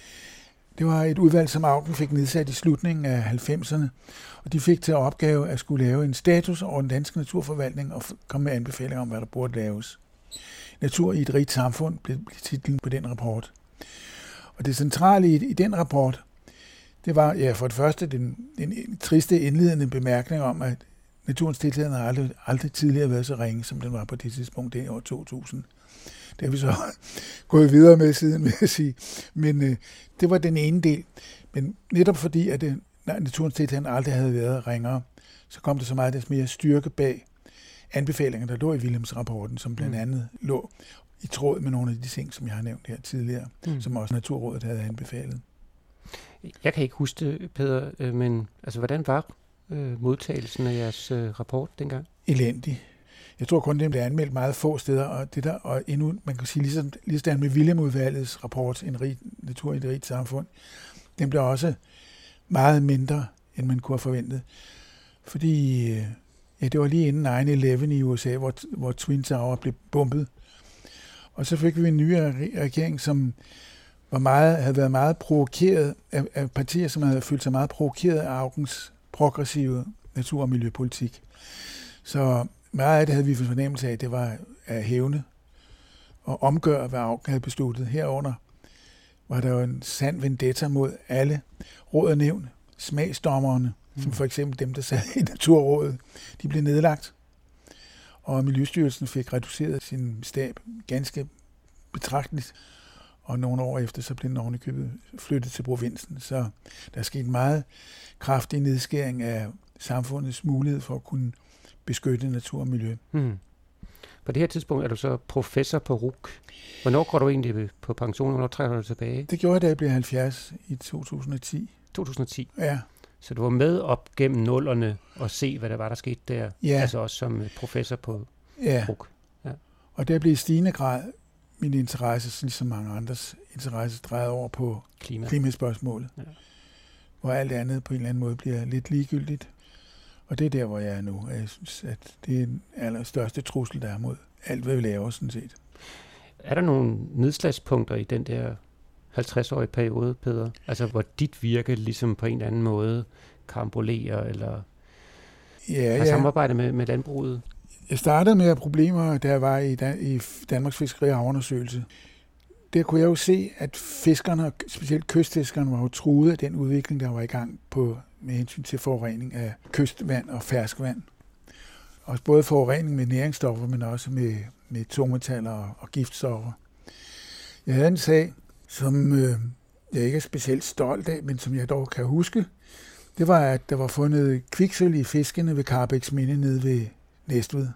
Det var et udvalg, som Auken fik nedsat i slutningen af 90'erne, og de fik til opgave at skulle lave en status over den danske naturforvaltning og komme med anbefalinger om, hvad der burde laves. Natur i et rigt samfund blev titlen på den rapport. Og det centrale i den rapport, det var ja, for det første den triste indledende bemærkning om, at naturens tilstand har aldrig tidligere været så ringe, som den var på det tidspunkt, det år 2000. Det har vi så gået videre med siden, vil jeg sige. Men det var den ene del. Men netop fordi, at naturens tilstand aldrig havde været ringere, så kom der så meget des mere styrke bag anbefalinger, der lå i Wilhelms-rapporten, som blandt andet lå i tråd med nogle af de ting, som jeg har nævnt her tidligere, som også Naturrådet havde anbefalet. Jeg kan ikke huske det, Peder, men altså, hvordan var modtagelsen af jeres rapport dengang? Elendig. Jeg tror kun, den blev anmeldt meget få steder, og endnu, man kan sige, ligesom med Wilhelm-udvalgets rapport, Natur i et rigt samfund, den blev også meget mindre, end man kunne have forventet. Fordi det var lige inden 9/11 i USA, hvor Twin Tower blev bombet. Og så fik vi en ny regering, som havde været meget provokeret af partier, som havde følt sig meget provokeret af Aukens progressive natur- og miljøpolitik. Så meget af det havde vi fornemmelse af, at det var at hævne og omgøre, hvad Auken havde besluttet. Herunder var der jo en sand vendetta mod alle råd og nævn, smagsdommerne, som for eksempel dem, der sad i Naturrådet. De blev nedlagt, og Miljøstyrelsen fik reduceret sin stab ganske betragteligt. og nogle år efter, så blev den ovenikøbet flyttet til provinsen. Så der er sket en meget kraftig nedskæring af samfundets mulighed for at kunne beskytte natur og miljø. På det her tidspunkt er du så professor på RUC. Hvornår går du egentlig på pension? Hvornår træder du tilbage? Det gjorde jeg, da jeg blev 70 i 2010. 2010? Ja. Så du var med op gennem nullerne og se, hvad der var, der skete der? Ja. Altså også som professor på RUC? Ja. Og der blev i stigende grad min interesse, ligesom mange andres interesse, drejet over på klimaspørgsmålet. Ja. Hvor alt andet på en eller anden måde bliver lidt ligegyldigt. Og det er der, hvor jeg er nu. Og jeg synes, at det er den allerstørste trussel, der er mod alt, hvad vi laver, sådan set. Er der nogle nedslagspunkter i den der 50-årige periode, Peder? Altså, hvor dit virke ligesom på en eller anden måde karambolerer, eller har samarbejdet med landbruget? Jeg startede med at problemer, der var i Danmarks Fiskeri- og Havundersøgelse. Der kunne jeg jo se, at fiskerne, specielt kystfiskerne, var jo truet af den udvikling, der var i gang med hensyn til forurening af kystvand og ferskvand. Og både forurening med næringsstoffer, men også med tungmetaller og giftstoffer. Jeg havde en sag, som jeg ikke er specielt stolt af, men som jeg dog kan huske. Det var, at der var fundet kviksølv i fiskene ved Karrebæks Minde nede ved Næstved.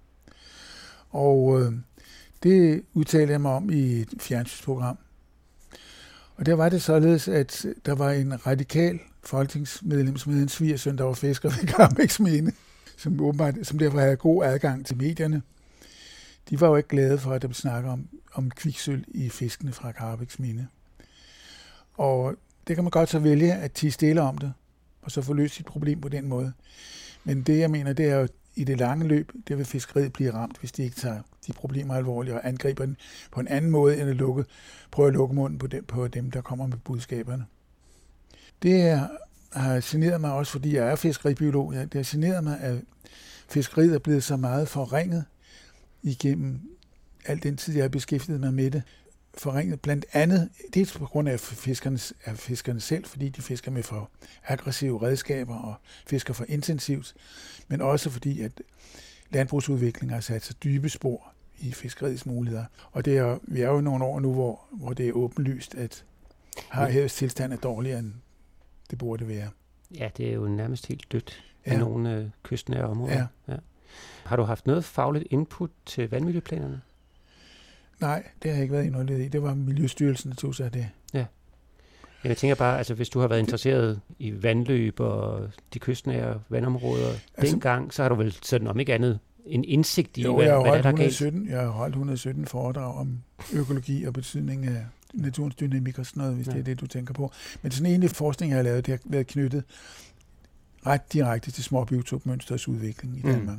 Og det udtalte jeg mig om i et fjernsynsprogram. Og der var det således, at der var en radikal folketingsmedlem, som hed en svigersøn, der var fisker ved Karrebæks Minde, som derfor havde god adgang til medierne. De var jo ikke glade for, at der blev snakket om kviksølv i fiskene fra Karrebæks Minde. Og det kan man godt så vælge at tie stille om det, og så få løst sit problem på den måde. Men det, jeg mener, det er jo i det lange løb, det vil fiskeriet blive ramt, hvis de ikke tager de problemer alvorligt og angriber den på en anden måde, end at prøve at lukke munden på dem, der kommer med budskaberne. Det har generet mig også, fordi jeg er fiskeribiolog. Det har generet mig, at fiskeriet er blevet så meget forringet igennem al den tid, jeg har beskæftiget mig med det. Forringet blandt andet, dels på grund af fiskerne selv, fordi de fisker med for aggressive redskaber og fisker for intensivt, men også fordi, at landbrugsudviklingen har sat sig dybe spor i fiskeriets muligheder. Og vi er jo nogle år nu, hvor det er åbenlyst, at havets tilstand er dårligere, end det burde være. Ja, det er jo nærmest helt dødt i nogle kystnære områder. Ja. Har du haft noget fagligt input til vandmiljøplanerne? Nej, det har jeg ikke været involveret i. Det var Miljøstyrelsen, der tog sig af det. Ja. Jeg tænker bare, altså hvis du har været interesseret i vandløb og de kystnære vandområder dengang, så har du vel sådan om ikke andet en indsigt i, hvad der er galt? Jeg har holdt 117 foredrag om økologi og betydning af naturens dynamik og sådan noget, hvis det er det, du tænker på. Men sådan en forskning, jeg har lavet, det har været knyttet ret direkte til småbiotopmønsters udvikling i Danmark.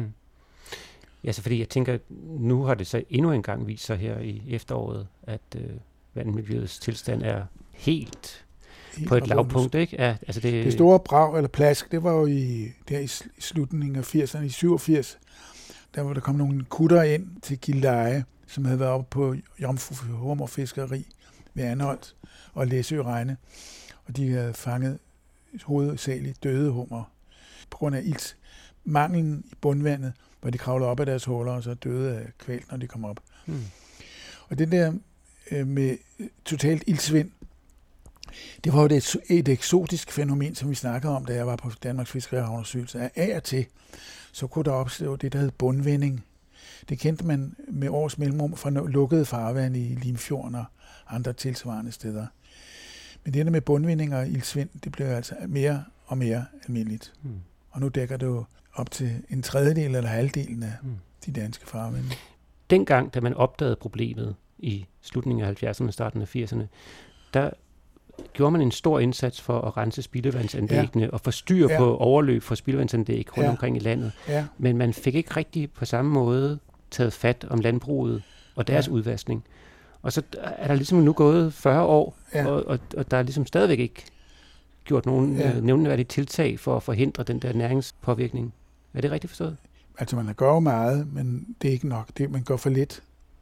Ja, så fordi jeg tænker, nu har det så endnu en gang vist sig her i efteråret, at vandmiljøets tilstand er helt på et lavpunkt, ikke? Ja, altså det store brag eller plask, det var jo i slutningen af 80'erne, i 87, der var der kom nogle kutter ind til Gilleleje, som havde været oppe på jomfruhummerfiskeri ved Anholt og Læsø Regne, og de havde fanget hovedsageligt døde hummer på grund af manglen i bundvandet, hvor de kravlede op af deres huller, og så døde af kvælt, når de kom op. Og det der med totalt iltsvind, det var jo et eksotisk fænomen, som vi snakkede om, da jeg var på Danmarks Fiskeri- og Havundersøgelse. Af og til, så kunne der opstå det, der hed bundvinding. Det kendte man med års mellemrum fra lukkede farvand i Limfjorden og andre tilsvarende steder. Men det der med bundvinding og iltsvind, det blev altså mere og mere almindeligt. Og nu dækker det jo op til en tredjedel eller halvdelen af de danske farvande. Dengang, da man opdagede problemet i slutningen af 70'erne og starten af 80'erne, der gjorde man en stor indsats for at rense spildevandsanlæggene og få styr på overløb for spildevandsanlæg rundt omkring i landet. Ja. Men man fik ikke rigtig på samme måde taget fat om landbruget og deres udvaskning. Og så er der ligesom nu gået 40 år, og der er ligesom stadigvæk ikke gjort nogen nævneværdige tiltag for at forhindre den der næringspåvirkning. Er det rigtigt forstået? Altså man gør jo meget, men det er ikke nok. Man gør for lidt.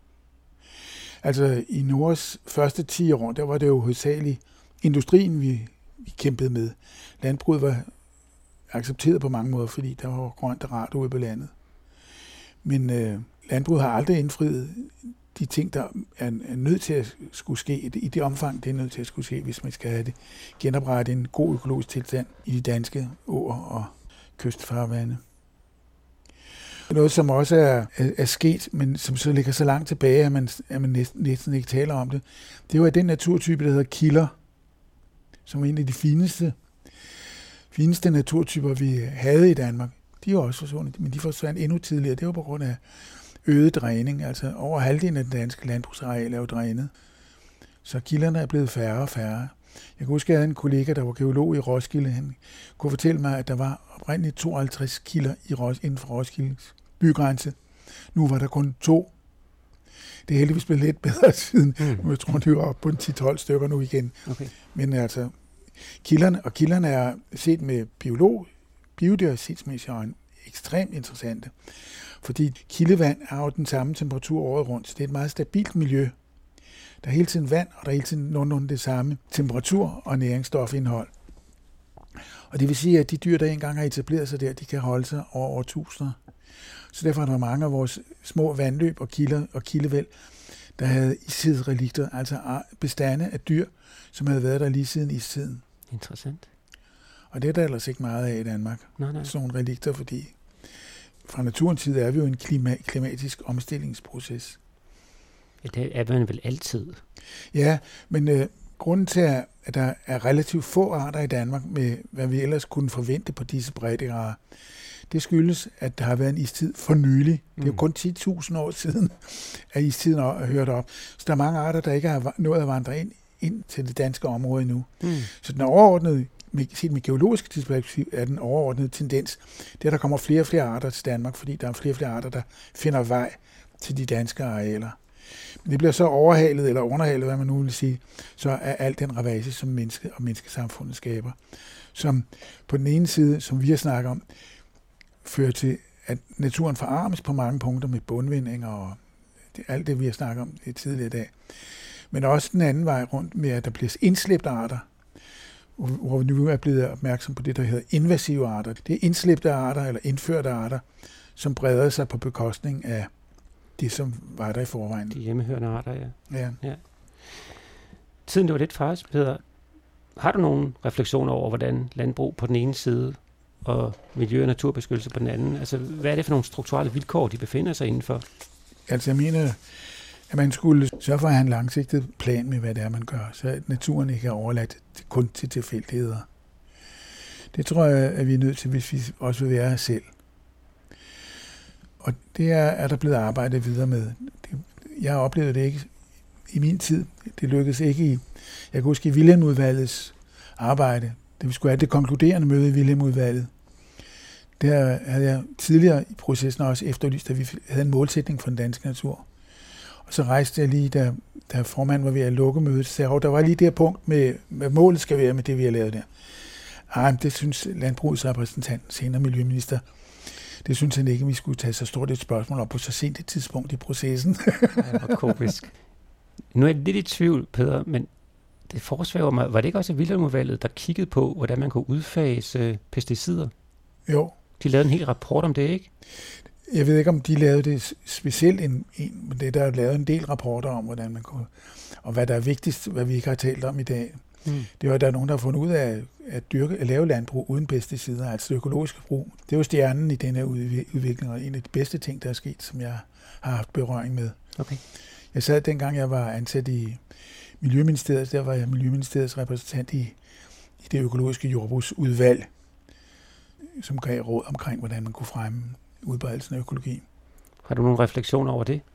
Altså i Nords første 10 år, der var det jo hovedsageligt industrien, vi kæmpede med. Landbruget var accepteret på mange måder, fordi der var grønt og rart ude på landet. Men landbruget har aldrig indfriet de ting, der er nødt til at skulle ske, i det omfang, det er nødt til at skulle ske, hvis man skal have det genoprette en god økologisk tilstand i de danske åer og kystfarvande. Noget, som også er sket, men som så ligger så langt tilbage, at man næsten ikke taler om det, det var den naturtype, der hedder kilder, som var en af de fineste naturtyper, vi havde i Danmark. De er også forsvundet, men de forsvandt endnu tidligere. Det var på grund af øget dræning. Altså over halvdelen af den danske landbrugsareal er jo drænet. Så kilderne er blevet færre og færre. Jeg kan huske, at jeg havde en kollega, der var geolog i Roskilde. Han kunne fortælle mig, at der var oprindeligt 52 kilder inden for Roskildes bygrænse. Nu var der kun 2. Det er heldigvis blevet lidt bedre siden. Jeg tror, de var oppe på 10-12 stykker nu igen. Okay. Men altså, kilderne er set med biodiversitetsmæssigt ekstremt interessante. Fordi kildevand er jo den samme temperatur året rundt. Så det er et meget stabilt miljø. Der er hele tiden vand, og der er hele tiden nogenlunde det samme temperatur og næringsstofindhold. Og det vil sige, at de dyr, der engang har etableret sig der, de kan holde sig over årtusinder. Så derfor er der mange af vores små vandløb og kilder og kildevæld, der havde istidsrelikter, altså bestande af dyr, som havde været der lige siden istiden. Interessant. Og det er der ellers ikke meget af i Danmark. Nej. Sådan nogle relikter, fordi fra naturens side er vi jo en klimatisk omstillingsproces. Ja, det er man vel altid. Ja, men grunden til, at der er relativt få arter i Danmark, med hvad vi ellers kunne forvente på disse breddegrader, det skyldes, at der har været en istid for nylig. Det er jo kun 10.000 år siden, at istiden er hørt op. Så der er mange arter, der ikke har nået at vandre ind til det danske område endnu. Så den overordnede, set med geologisk tidsperspektiv, er den overordnede tendens, det er, at der kommer flere og flere arter til Danmark, fordi der er flere og flere arter, der finder vej til de danske arealer. Men det bliver så overhalet, eller underhalet, hvad man nu vil sige, så er al den ravage, som mennesket og menneskesamfundet skaber, som på den ene side, som vi har snakket om, fører til, at naturen forarmes på mange punkter med bundvindinger og alt det, vi har snakket om tidligere i dag. Men også den anden vej rundt med, at der bliver indslæbte arter, hvor vi nu er blevet opmærksom på det, der hedder invasive arter. Det er indslæbte arter eller indførte arter, som breder sig på bekostning af det, som var der i forvejen. De hjemmehørende arter, ja. Tiden det var lidt fra os, Peder. Har du nogle refleksioner over, hvordan landbrug på den ene side og miljø- og naturbeskyttelse på den anden? Altså, hvad er det for nogle strukturelle vilkår, de befinder sig indenfor? Altså, jeg mener, at man skulle sørge for at have en langsigtet plan med, hvad det er, man gør, så naturen ikke er overladt kun til tilfældigheder. Det tror jeg, at vi er nødt til, hvis vi også vil være os selv. Og det er der blevet arbejdet videre med. Jeg oplevede det ikke i min tid. Det lykkedes ikke i, jeg kan huske i Wilhelm-udvalgets arbejde. Da vi skulle have det konkluderende møde i Wilhelm-udvalget. Der havde jeg tidligere i processen også efterlyst, at vi havde en målsætning for den danske natur. Og så rejste jeg lige, da formanden var ved at lukke mødet, så sagde jeg, der var lige det her punkt med, hvad målet skal være med det, vi har lavet der. Ej, det synes landbrugets repræsentant, senere miljøminister, det synes han ikke, at vi skulle tage så stort et spørgsmål op på så sent et tidspunkt i processen. Ja, og komisk. Nu er jeg lidt i tvivl, Peder, men det forsvæver mig. Var det ikke også Wilhelm-udvalget, der kiggede på, hvordan man kunne udfase pesticider? Jo. De lavede en hel rapport om det, ikke? Jeg ved ikke, om de lavede det specielt, men det der er lavet en del rapporter om, hvordan man kunne, og hvad der er vigtigst, hvad vi ikke har talt om i dag. Det var, at der er nogen, der har fundet ud af at lave landbrug uden pesticider, altså økologisk brug. Det var stjernen i den her udvikling, og en af de bedste ting, der er sket, som jeg har haft berøring med. Okay. Jeg sad dengang, jeg var ansat i Miljøministeriet, der var jeg Miljøministeriets repræsentant i det økologiske jordbrugsudvalg, som gav råd omkring, hvordan man kunne fremme udbredelsen af økologi. Har du nogle refleksioner over det?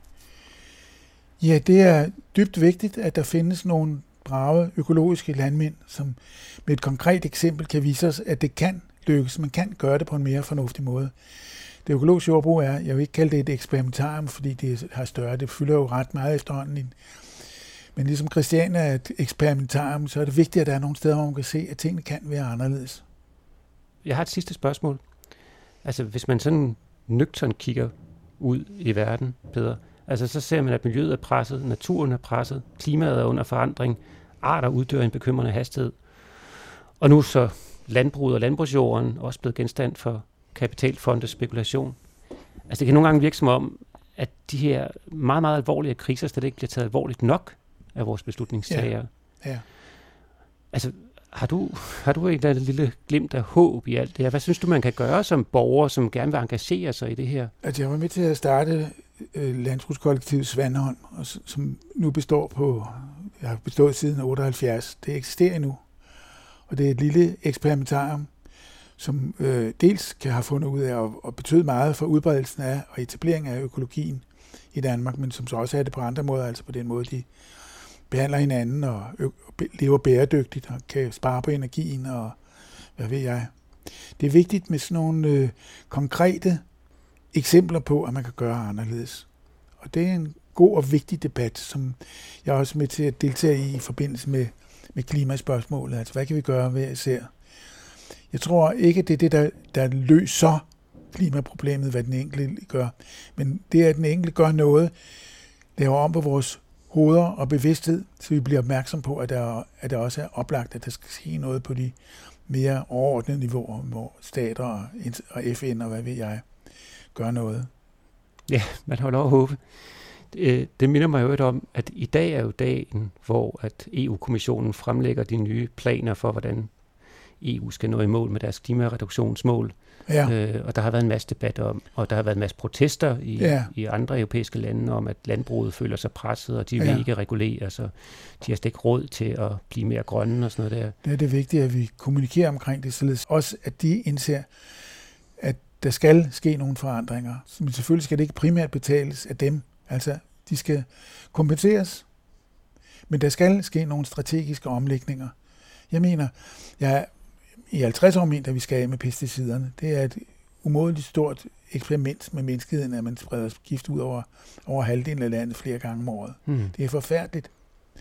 Ja, det er dybt vigtigt, at der findes nogle brave økologiske landmænd, som med et konkret eksempel kan vise os, at det kan lykkes. Man kan gøre det på en mere fornuftig måde. Det økologiske jordbrug er, jeg vil ikke kalde det et eksperimentarium, fordi det har større, det fylder jo ret meget efterhånden. Men ligesom Christiania er et eksperimentarium, så er det vigtigt, at der er nogle steder, hvor man kan se, at tingene kan være anderledes. Jeg har et sidste spørgsmål. Altså, hvis man sådan nøgternt kigger ud i verden, Peder, altså så ser man, at miljøet er presset, naturen er presset, klimaet er under forandring, arter uddør i en bekymrende hastighed. Og nu så landbruget og landbrugsjorden også blevet genstand for kapitalfondes spekulation. Altså det kan nogle gange virke som om, at de her meget, meget alvorlige kriser slet ikke bliver taget alvorligt nok af vores beslutningstagere. Ja. Altså, har du et eller andet lille glimt af håb i alt det her? Hvad synes du, man kan gøre som borger, som gerne vil engagere sig i det her? Altså, jeg var med til at starte landbrugskollektivet Svanholm, som nu jeg har bestået siden 78. Det eksisterer endnu. Og det er et lille eksperimentarium, som dels kan have fundet ud af at betyde meget for udbredelsen af og etableringen af økologien i Danmark, men som så også er det på andre måder, altså på den måde, de behandler hinanden og lever bæredygtigt og kan spare på energien og hvad ved jeg. Det er vigtigt med sådan nogle konkrete eksempler på, at man kan gøre anderledes. Og det er en god og vigtig debat, som jeg er også med til at deltage i forbindelse med klimaspørgsmålet. Altså, hvad kan vi gøre hver især? Jeg tror ikke, det er det, der løser klimaproblemet, hvad den enkelte gør. Men det er, at den enkelte gør noget, laver om på vores hoveder og bevidsthed, så vi bliver opmærksom på, at det også er oplagt, at der skal ske noget på de mere overordnede niveauer, hvor stater og FN og hvad ved jeg gør noget. Ja, man har lov at håbe. Det minder mig jo om, at i dag er jo dagen, hvor at EU-kommissionen fremlægger de nye planer for, hvordan EU skal nå i mål med deres klimareduktionsmål. Ja. Og der har været en masse debat om, og der har været en masse protester i andre europæiske lande om, at landbruget føler sig presset, og de vil ikke regulere, så de har slet ikke råd til at blive mere grønne og sådan noget der. Det er det vigtige, at vi kommunikerer omkring det, således også at de indser, at der skal ske nogle forandringer. Men selvfølgelig skal det ikke primært betales af dem. Altså, de skal kompenseres, men der skal ske nogle strategiske omlægninger. Jeg mener, i 50 år mente, at vi skal af med pesticiderne. Det er et umådeligt stort eksperiment med menneskeheden, at man spreder gift ud over halvdelen af landet flere gange om året. Det er forfærdeligt.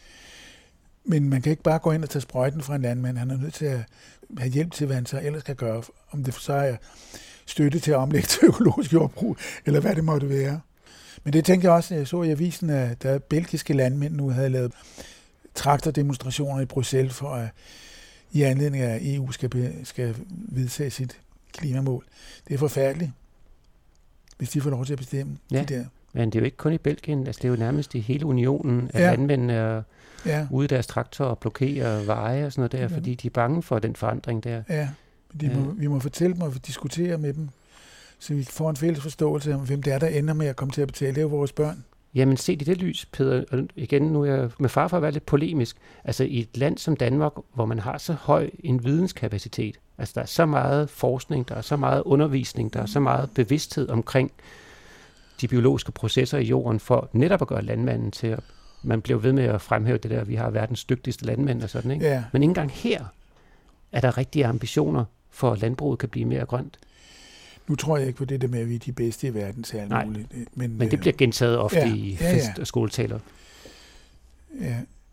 Men man kan ikke bare gå ind og tage sprøjten fra en landmand. Han er nødt til at have hjælp til, hvad han så ellers skal gøre. Om det så er støtte til at omlægge til økologisk jordbrug, eller hvad det måtte være. Men det tænker jeg også, jeg så i avisen, at der belgiske landmænd nu havde lavet traktordemonstrationer i Bruxelles for at i anledning af, at EU skal vedtage sit klimamål. Det er forfærdeligt, hvis de får lov til at bestemme det der. Men det er jo ikke kun i Belgien, altså det er jo nærmest i hele unionen, at landmændene er ude i deres traktorer og blokerer veje og sådan noget der, fordi de er bange for den forandring der. Ja, vi må fortælle dem og diskutere med dem, så vi får en fælles forståelse om, hvem det er, der ender med at komme til at betale. Det er jo vores børn. Jamen set i det lys, Peder, og igen, nu er jeg med far for at være lidt polemisk, altså i et land som Danmark, hvor man har så høj en videnskapacitet, altså der er så meget forskning, der er så meget undervisning, der er så meget bevidsthed omkring de biologiske processer i jorden, for netop at gøre landmanden til at, man bliver ved med at fremhæve det der, vi har verdens dygtigste landmænd og sådan, ikke? Ja. Men ikke engang her er der rigtige ambitioner for, at landbruget kan blive mere grønt. Nu tror jeg ikke på det der med, at vi er de bedste i verden til alt muligt. Men det bliver gentaget ofte i fest- og skoletaler. Ja.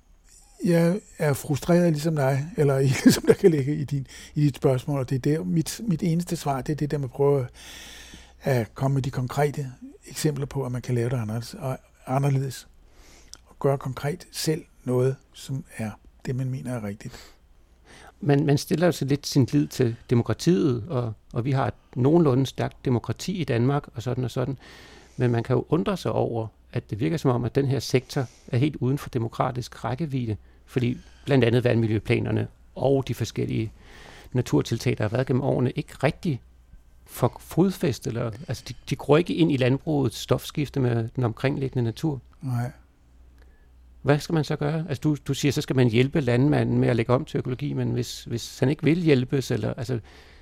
Jeg er frustreret ligesom dig, eller ligesom der kan ligge i dit spørgsmål, og det er der, mit eneste svar, det er det der med at prøve at komme med de konkrete eksempler på, at man kan lave det anderledes, og gøre konkret selv noget, som er det, man mener er rigtigt. Man stiller jo så lidt sin lid til demokratiet, og vi har et nogenlunde stærkt demokrati i Danmark, og sådan. Men man kan jo undre sig over, at det virker som om, at den her sektor er helt uden for demokratisk rækkevidde, fordi blandt andet vandmiljøplanerne og de forskellige naturtiltag, der har været gennem årene, ikke rigtig får fodfæste, eller altså de går ikke ind i landbrugets stofskifte med den omkringliggende natur. Nej. Hvad skal man så gøre? Altså du siger, så skal man hjælpe landmanden med at lægge om til økologi, men hvis han ikke vil hjælpes, eller altså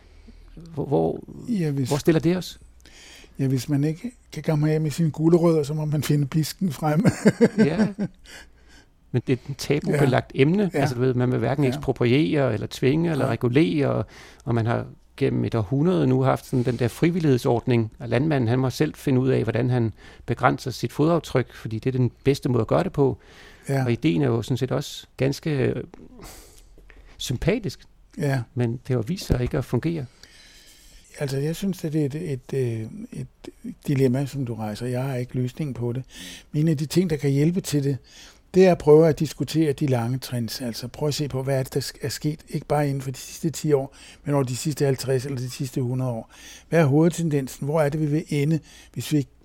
hvor stiller det os? Ja, hvis man ikke kan komme af med sine gulerødder, så må man finde pisken frem. Ja. Men det er et tabubelagt emne. Ja. Altså du ved, man vil hverken ekspropriere, eller tvinge, eller regulere, og man har gennem et århundrede nu haft sådan den der frivillighedsordning, og landmanden han må selv finde ud af, hvordan han begrænser sit fodaftryk, fordi det er den bedste måde at gøre det på. Ja. Og ideen er jo sådan set også ganske sympatisk, men det har jo vist sig ikke at fungere. Altså, jeg synes, at det er et dilemma, som du rejser. Jeg har ikke løsningen på det. Men en af de ting, der kan hjælpe til det, det er at prøve at diskutere de lange trends. Altså prøve at se på, hvad er det, der er sket, ikke bare inden for de sidste 10 år, men over de sidste 50 eller de sidste 100 år. Hvad er hovedtendensen? Hvor er det, vi vil ende, hvis vi ikke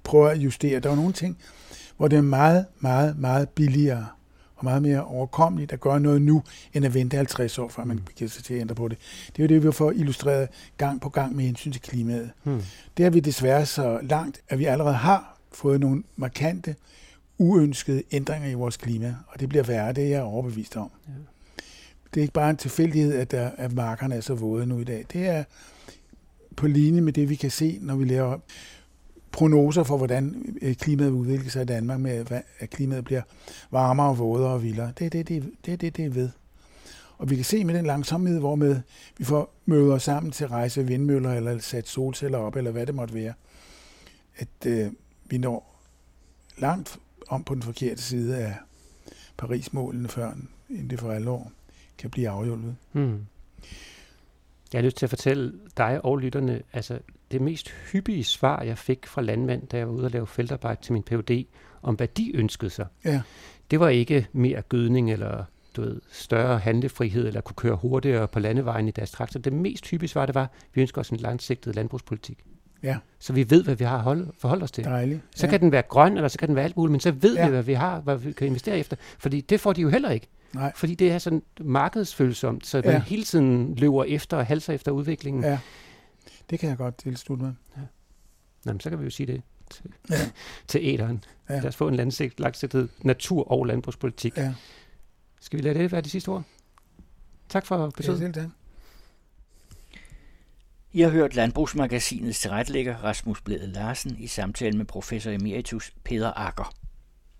prøver at justere. Der er nogle ting, hvor det er meget, meget, meget billigere og meget mere overkommeligt at gøre noget nu, end at vente 50 år, før man giver sig til at ændre på det. Det er jo det, vi får illustreret gang på gang med hensyn til klimaet. Det er vi desværre så langt, at vi allerede har fået nogle markante, uønskede ændringer i vores klima, og det bliver værre, det er jeg overbevist om. Ja. Det er ikke bare en tilfældighed, at markerne er så våde nu i dag. Det er på linje med det, vi kan se, når vi laver prognoser for, hvordan klimaet vil udvikle sig i Danmark, med at klimaet bliver varmere, vådere og vildere. Det er det ved. Og vi kan se med den langsomhed, hvormed vi får møder sammen til at rejse vindmøller, eller sat solceller op, eller hvad det måtte være, at vi når langt om på den forkerte side af Paris-målene, før inden det for alvor kan blive afhjulpet. Jeg har lyst til at fortælle dig og lytterne, altså det mest hyppige svar, jeg fik fra landmænd, da jeg var ude og lave feltarbejde til min Ph.D., om hvad de ønskede sig. Ja. Det var ikke mere gødning eller større handlefrihed, eller kunne køre hurtigere på landevejen i deres traktor. Det mest hyppige svar, det var, vi ønsker os en langsigtet landbrugspolitik. Ja. Så vi ved, hvad vi har at forholde os til. Dejligt. Så kan den være grøn, eller så kan den være alt muligt, men så ved vi, hvad vi har, hvad vi kan investere efter. Fordi det får de jo heller ikke. Nej. Fordi det er sådan markedsfølsomt, så man hele tiden løber efter og halser efter udviklingen. Ja, det kan jeg godt tilslutte mig. Ja. Jamen, så kan vi jo sige det til æderen. Ja. Lad os få en langsigtet natur- og landbrugspolitik. Ja. Skal vi lade det være de sidste ord? Tak for besøget. Ja, I har hørt Landbrugsmagasinets tilrettelægger Rasmus Blædel Larsen i samtale med professor emeritus Peder Agger.